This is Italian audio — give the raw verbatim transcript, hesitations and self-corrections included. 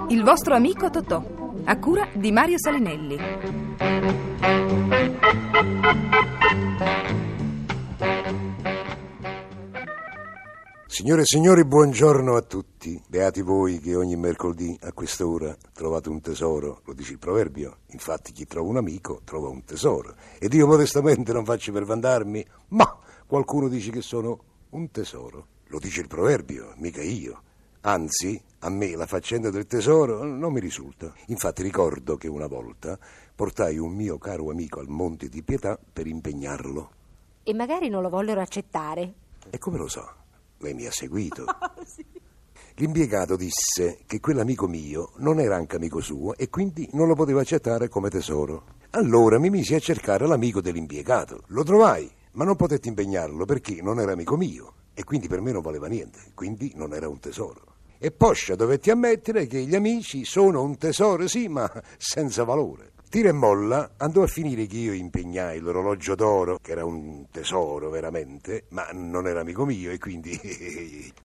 Il vostro amico Totò, a cura di Mario Salinelli. Signore e signori, buongiorno a tutti. Beati voi che ogni mercoledì a quest'ora trovate un tesoro, lo dice il proverbio. Infatti chi trova un amico trova un tesoro. Ed io modestamente non faccio per vantarmi, ma qualcuno dice che sono un tesoro. Lo dice il proverbio, mica io. Anzi, a me la faccenda del tesoro non mi risulta. Infatti ricordo che una volta portai un mio caro amico al Monte di Pietà per impegnarlo. E magari non lo vollero accettare. E come lo so? Lei mi ha seguito. Sì. L'impiegato disse che quell'amico mio non era anche amico suo e quindi non lo poteva accettare come tesoro. Allora mi misi a cercare l'amico dell'impiegato. Lo trovai, ma non potetti impegnarlo perché non era amico mio e quindi per me non valeva niente, quindi non era un tesoro. E poscia dovetti ammettere che gli amici sono un tesoro, sì, ma senza valore. Tira e molla andò a finire che io impegnai l'orologio d'oro, che era un tesoro veramente, ma non era amico mio e quindi